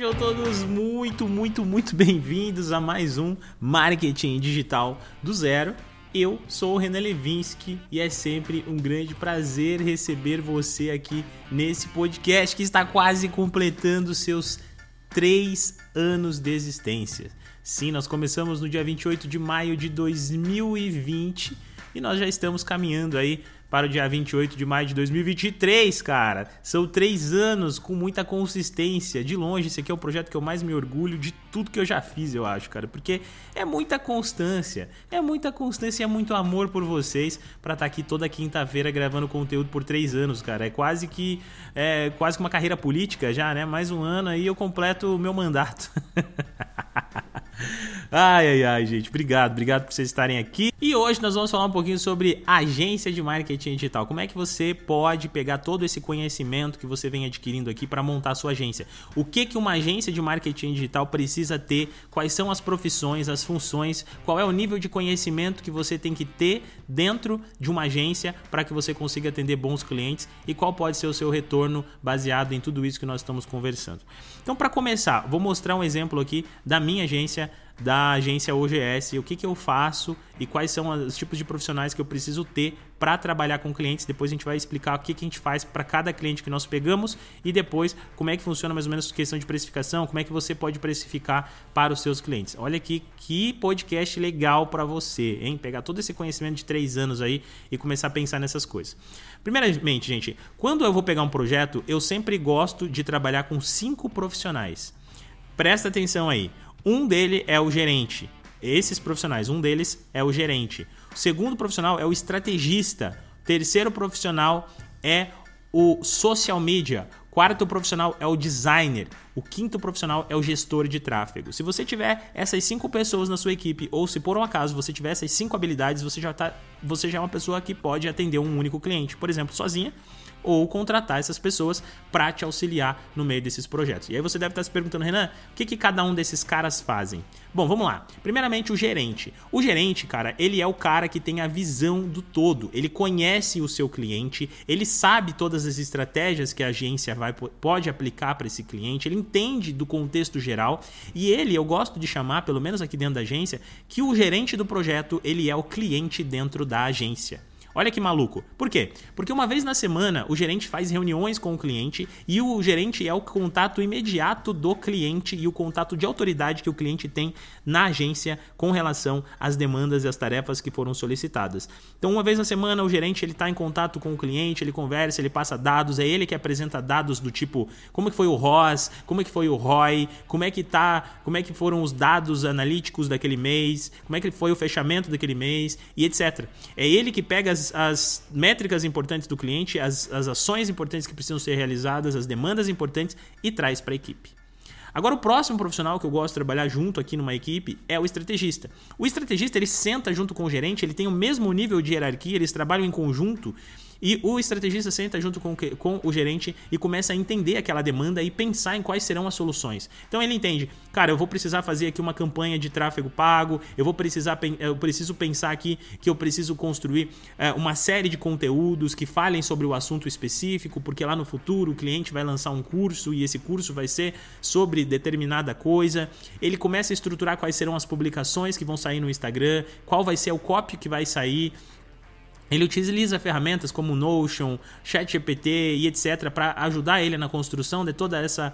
Sejam todos muito bem-vindos a mais um Marketing Digital do Zero. Eu sou o Renan Levinsky e é sempre um grande prazer receber você aqui nesse podcast que está quase completando seus 3 anos de existência. Sim, nós começamos no dia 28 de maio de 2020 e nós já estamos caminhando aí para o dia 28 de maio de 2023, cara. São 3 anos com muita consistência. De longe, esse aqui é o projeto que eu mais me orgulho de tudo que eu já fiz, eu acho, cara. Porque é muita constância e é muito amor por vocês para estar aqui toda quinta-feira gravando conteúdo por 3 anos, cara. É quase que uma carreira política já, né? Mais um ano aí eu completo o meu mandato. Ai, gente, obrigado por vocês estarem aqui. E hoje nós vamos falar um pouquinho sobre agência de marketing digital. Como é que você pode pegar todo esse conhecimento que você vem adquirindo aqui para montar a sua agência? O que uma agência de marketing digital precisa ter? Quais são as profissões, as funções? Qual é o nível de conhecimento que você tem que ter dentro de uma agência para que você consiga atender bons clientes? E qual pode ser o seu retorno baseado em tudo isso que nós estamos conversando? Então, para começar, vou mostrar um exemplo aqui da minha agência, da agência OGS, o que eu faço e quais são os tipos de profissionais que eu preciso ter para trabalhar com clientes. Depois a gente vai explicar o que a gente faz para cada cliente que nós pegamos e depois como é que funciona mais ou menos a questão de precificação, como é que você pode precificar para os seus clientes. Olha aqui que podcast legal para você, hein? Pegar todo esse conhecimento de 3 anos aí e começar a pensar nessas coisas. Primeiramente, gente, quando eu vou pegar um projeto, eu sempre gosto de trabalhar com 5 profissionais. Presta atenção aí. Um deles é o gerente. Esses profissionais, um deles é o gerente. O segundo profissional é o estrategista. O terceiro profissional é o social media. O quarto profissional é o designer. O quinto profissional é o gestor de tráfego. Se você tiver essas 5 pessoas na sua equipe, ou se por um acaso você tiver essas 5 habilidades, você já é uma pessoa que pode atender um único cliente, por exemplo, sozinha, ou contratar essas pessoas para te auxiliar no meio desses projetos. E aí você deve estar se perguntando, Renan, o que cada um desses caras fazem? Bom, vamos lá. Primeiramente, o gerente. O gerente, cara, ele é o cara que tem a visão do todo. Ele conhece o seu cliente, ele sabe todas as estratégias que a agência pode aplicar para esse cliente, ele entende do contexto geral e eu gosto de chamar, pelo menos aqui dentro da agência, que o gerente do projeto, ele é o cliente dentro da agência. Olha que maluco. Por quê? Porque uma vez na semana o gerente faz reuniões com o cliente e o gerente é o contato imediato do cliente e o contato de autoridade que o cliente tem na agência com relação às demandas e às tarefas que foram solicitadas. Então, uma vez na semana o gerente está em contato com o cliente, ele conversa, ele passa dados, é ele que apresenta dados do tipo como que foi o ROS, como é que foi o ROI, como é que foram os dados analíticos daquele mês, como é que foi o fechamento daquele mês e etc. É ele que pega as métricas importantes do cliente, as ações importantes que precisam ser realizadas, as demandas importantes e traz para a equipe. Agora, o próximo profissional que eu gosto de trabalhar junto aqui numa equipe é o estrategista. O estrategista, ele senta junto com o gerente, ele tem o mesmo nível de hierarquia, eles trabalham em conjunto e o estrategista senta junto com o gerente e começa a entender aquela demanda e pensar em quais serão as soluções. Então ele entende, cara, eu vou precisar fazer aqui uma campanha de tráfego pago, eu preciso pensar aqui que eu preciso construir uma série de conteúdos que falem sobre o assunto específico, porque lá no futuro o cliente vai lançar um curso e esse curso vai ser sobre determinada coisa. Ele começa a estruturar quais serão as publicações que vão sair no Instagram, qual vai ser o copy que vai sair. Ele utiliza ferramentas como Notion, ChatGPT e etc. para ajudar ele na construção de toda essa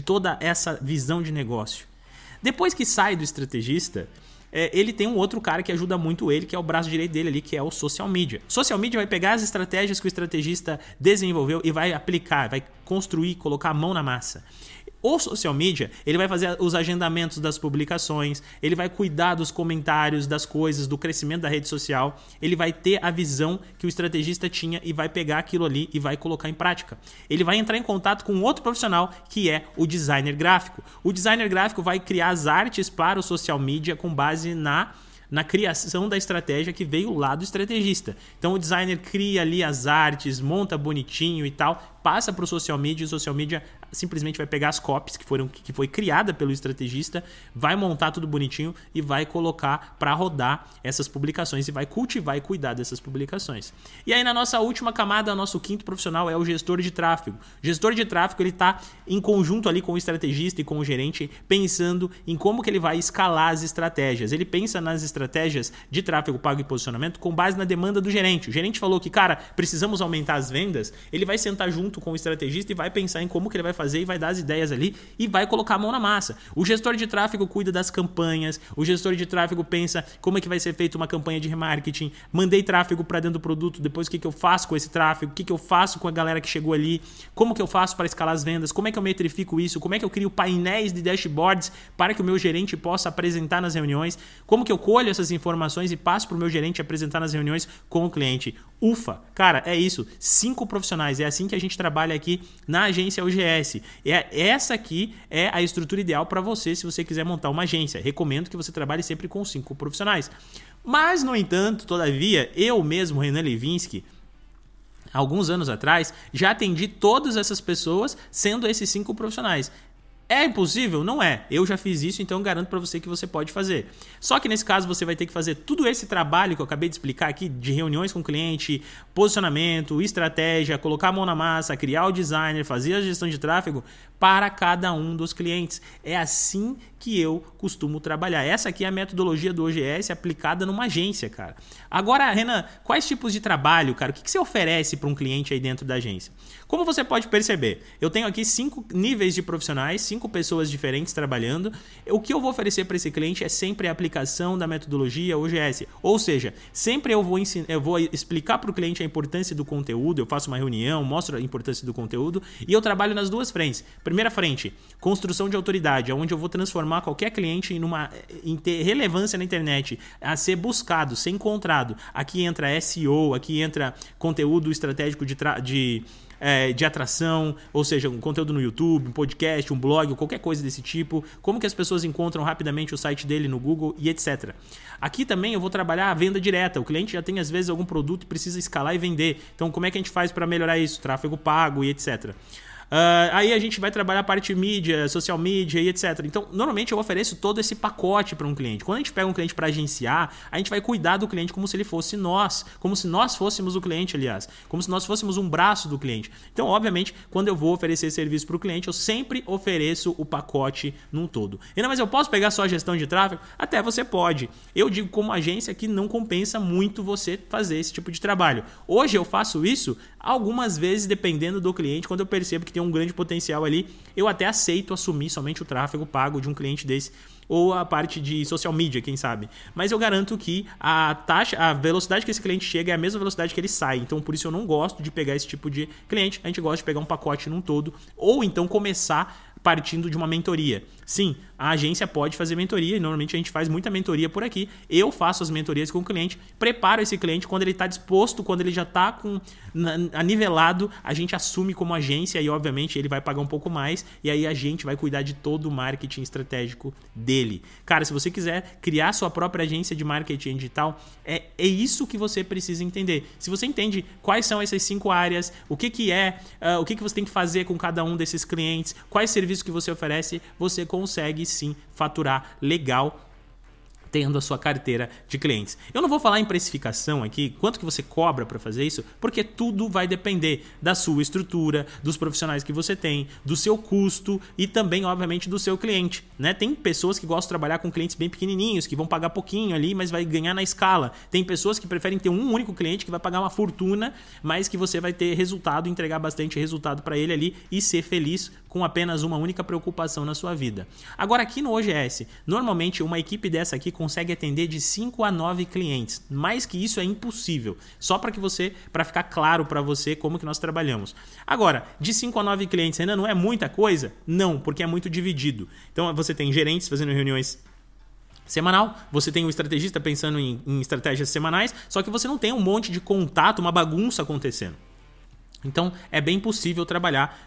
visão de negócio. Depois que sai do estrategista, ele tem um outro cara que ajuda muito ele, que é o braço direito dele ali, que é o social media. Social media vai pegar as estratégias que o estrategista desenvolveu e vai aplicar, vai construir, colocar a mão na massa. O social media, ele vai fazer os agendamentos das publicações, ele vai cuidar dos comentários, das coisas, do crescimento da rede social, ele vai ter a visão que o estrategista tinha e vai pegar aquilo ali e vai colocar em prática. Ele vai entrar em contato com outro profissional, que é o designer gráfico. O designer gráfico vai criar as artes para o social media com base na criação da estratégia que veio lá do estrategista. Então o designer cria ali as artes, monta bonitinho e tal, passa para o social media, e o social media simplesmente vai pegar as copies que foi criada pelo estrategista, vai montar tudo bonitinho e vai colocar para rodar essas publicações e vai cultivar e cuidar dessas publicações. E aí na nossa última camada, nosso quinto profissional é o gestor de tráfego. O gestor de tráfego, ele está em conjunto ali com o estrategista e com o gerente, pensando em como que ele vai escalar as estratégias. Ele pensa nas estratégias de tráfego pago e posicionamento com base na demanda do gerente. O gerente falou que, cara, precisamos aumentar as vendas, ele vai sentar junto com o estrategista e vai pensar em como que ele vai fazer e vai dar as ideias ali e vai colocar a mão na massa. O gestor de tráfego cuida das campanhas, o gestor de tráfego pensa como é que vai ser feita uma campanha de remarketing, mandei tráfego para dentro do produto, depois o que eu faço com esse tráfego, o que eu faço com a galera que chegou ali, como que eu faço para escalar as vendas, como é que eu metrifico isso, como é que eu crio painéis de dashboards para que o meu gerente possa apresentar nas reuniões, como que eu colho essas informações e passo para o meu gerente apresentar nas reuniões com o cliente. Ufa! Cara, é isso. 5 profissionais. É assim que a gente trabalha aqui na agência OGS. Essa aqui é a estrutura ideal para você se você quiser montar uma agência. Recomendo que você trabalhe sempre com 5 profissionais. Mas, no entanto, todavia, eu mesmo, Renan Levinsky, alguns anos atrás, já atendi todas essas pessoas sendo esses 5 profissionais. É impossível? Não é. Eu já fiz isso, então garanto para você que você pode fazer. Só que nesse caso você vai ter que fazer tudo esse trabalho que eu acabei de explicar aqui, de reuniões com o cliente, posicionamento, estratégia, colocar a mão na massa, criar o designer, fazer a gestão de tráfego para cada um dos clientes. É assim que eu costumo trabalhar. Essa aqui é a metodologia do OGS aplicada numa agência, cara. Agora, Renan, quais tipos de trabalho, cara? O que você oferece para um cliente aí dentro da agência? Como você pode perceber, eu tenho aqui 5 níveis de profissionais, 5 pessoas diferentes trabalhando. O que eu vou oferecer para esse cliente é sempre a aplicação da metodologia OGS. Ou seja, sempre eu vou explicar para o cliente a importância do conteúdo, eu faço uma reunião, mostro a importância do conteúdo e eu trabalho nas duas frentes. Primeira frente, construção de autoridade, onde eu vou transformar qualquer cliente em ter relevância na internet, a ser buscado, ser encontrado. Aqui entra SEO, aqui entra conteúdo estratégico de atração, ou seja, um conteúdo no YouTube, um podcast, um blog, qualquer coisa desse tipo, como que as pessoas encontram rapidamente o site dele no Google e etc. Aqui também eu vou trabalhar a venda direta, o cliente já tem às vezes algum produto e precisa escalar e vender, então como é que a gente faz para melhorar isso? Tráfego pago e etc. Aí a gente vai trabalhar a parte mídia, social media e etc. Então, normalmente eu ofereço todo esse pacote para um cliente. Quando a gente pega um cliente para agenciar, a gente vai cuidar do cliente como se ele fosse nós, como se nós fôssemos o cliente, aliás, como se nós fôssemos um braço do cliente. Então, obviamente, quando eu vou oferecer serviço para o cliente, eu sempre ofereço o pacote num todo. Mas eu posso pegar só a gestão de tráfego? Até você pode. Eu digo como agência que não compensa muito você fazer esse tipo de trabalho. Hoje eu faço isso algumas vezes, dependendo do cliente, quando eu percebo que tem um grande potencial ali, eu até aceito assumir somente o tráfego pago de um cliente desse, ou a parte de social media, quem sabe. Mas eu garanto que a velocidade que esse cliente chega é a mesma velocidade que ele sai. Então, por isso eu não gosto de pegar esse tipo de cliente. A gente gosta de pegar um pacote num todo, ou então começar partindo de uma mentoria. Sim, a agência pode fazer mentoria e normalmente a gente faz muita mentoria por aqui. Eu faço as mentorias com o cliente, preparo esse cliente quando ele está disposto, quando ele já está anivelado, a gente assume como agência e obviamente ele vai pagar um pouco mais e aí a gente vai cuidar de todo o marketing estratégico dele. Cara, se você quiser criar sua própria agência de marketing digital, é isso que você precisa entender. Se você entende quais são essas 5 áreas, o que você tem que fazer com cada um desses clientes, quais serviços que você oferece, você consegue sim faturar legal tendo a sua carteira de clientes. Eu não vou falar em precificação aqui, quanto que você cobra para fazer isso, porque tudo vai depender da sua estrutura, dos profissionais que você tem, do seu custo e também, obviamente, do seu cliente, né? Tem pessoas que gostam de trabalhar com clientes bem pequenininhos, que vão pagar pouquinho ali, mas vai ganhar na escala. Tem pessoas que preferem ter um único cliente que vai pagar uma fortuna, mas que você vai ter resultado, entregar bastante resultado para ele ali e ser feliz com apenas uma única preocupação na sua vida. Agora, aqui no OGS, normalmente uma equipe dessa aqui consegue atender de 5 a 9 clientes. Mais que isso é impossível. Só para ficar claro para você como que nós trabalhamos. Agora, de 5 a 9 clientes ainda não é muita coisa? Não, porque é muito dividido. Então, você tem gerentes fazendo reuniões semanal, você tem um estrategista pensando em estratégias semanais, só que você não tem um monte de contato, uma bagunça acontecendo. Então, é bem possível trabalhar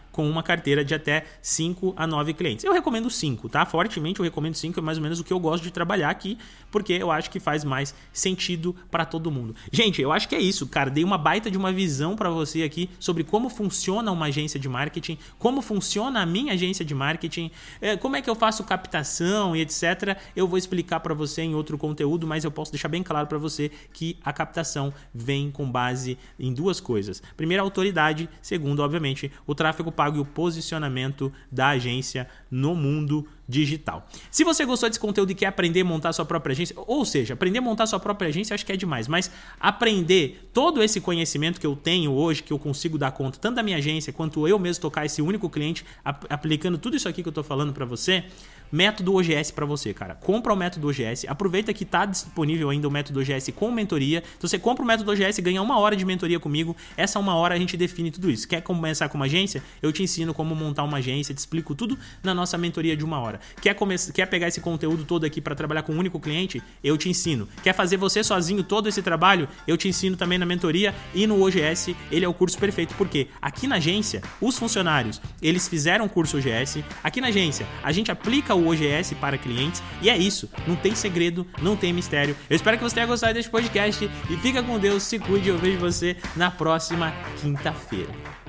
com uma carteira de até 5 a 9 clientes. Eu recomendo 5, tá? Fortemente eu recomendo 5, é mais ou menos o que eu gosto de trabalhar aqui, porque eu acho que faz mais sentido para todo mundo. Gente, eu acho que é isso, cara. Dei uma baita de uma visão para você aqui sobre como funciona uma agência de marketing, como funciona a minha agência de marketing, como é que eu faço captação e etc. Eu vou explicar para você em outro conteúdo, mas eu posso deixar bem claro para você que a captação vem com base em duas coisas. Primeiro, a autoridade. Segundo, obviamente, o tráfego pago e o posicionamento da agência no mundo digital. Se você gostou desse conteúdo e quer aprender a montar sua própria agência, ou seja, aprender a montar sua própria agência, acho que é demais, mas aprender todo esse conhecimento que eu tenho hoje, que eu consigo dar conta, tanto da minha agência quanto eu mesmo tocar esse único cliente, aplicando tudo isso aqui que eu tô falando para você, método OGS para você, cara. Compra o método OGS, aproveita que tá disponível ainda o método OGS com mentoria. Então você compra o método OGS e ganha 1 hora de mentoria comigo. Essa 1 hora a gente define tudo isso. Quer começar com uma agência? Eu te ensino como montar uma agência, te explico tudo na nossa mentoria de 1 hora. Quer pegar esse conteúdo todo aqui para trabalhar com um único cliente? Eu te ensino. Quer fazer você sozinho todo esse trabalho? Eu te ensino também na mentoria e no OGS. Ele é o curso perfeito, porque aqui na agência, os funcionários, eles fizeram o curso OGS. Aqui na agência, a gente aplica o OGS para clientes e é isso. Não tem segredo, não tem mistério. Eu espero que você tenha gostado deste podcast e fica com Deus, se cuide. Eu vejo você na próxima quinta-feira.